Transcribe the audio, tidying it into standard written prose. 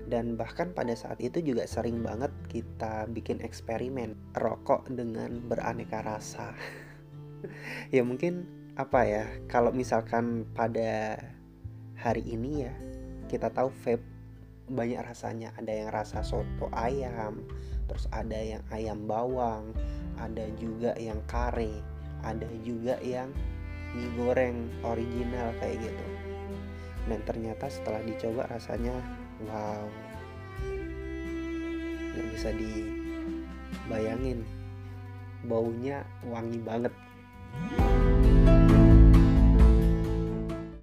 Dan bahkan pada saat itu juga sering banget kita bikin eksperimen rokok dengan beraneka rasa. Ya mungkin apa ya, kalau misalkan pada hari ini ya, kita tahu vape banyak rasanya. Ada yang rasa soto ayam, terus ada yang ayam bawang, ada juga yang kare, ada juga yang mie goreng original kayak gitu. Dan ternyata setelah dicoba rasanya wow, nggak bisa dibayangin, baunya wangi banget.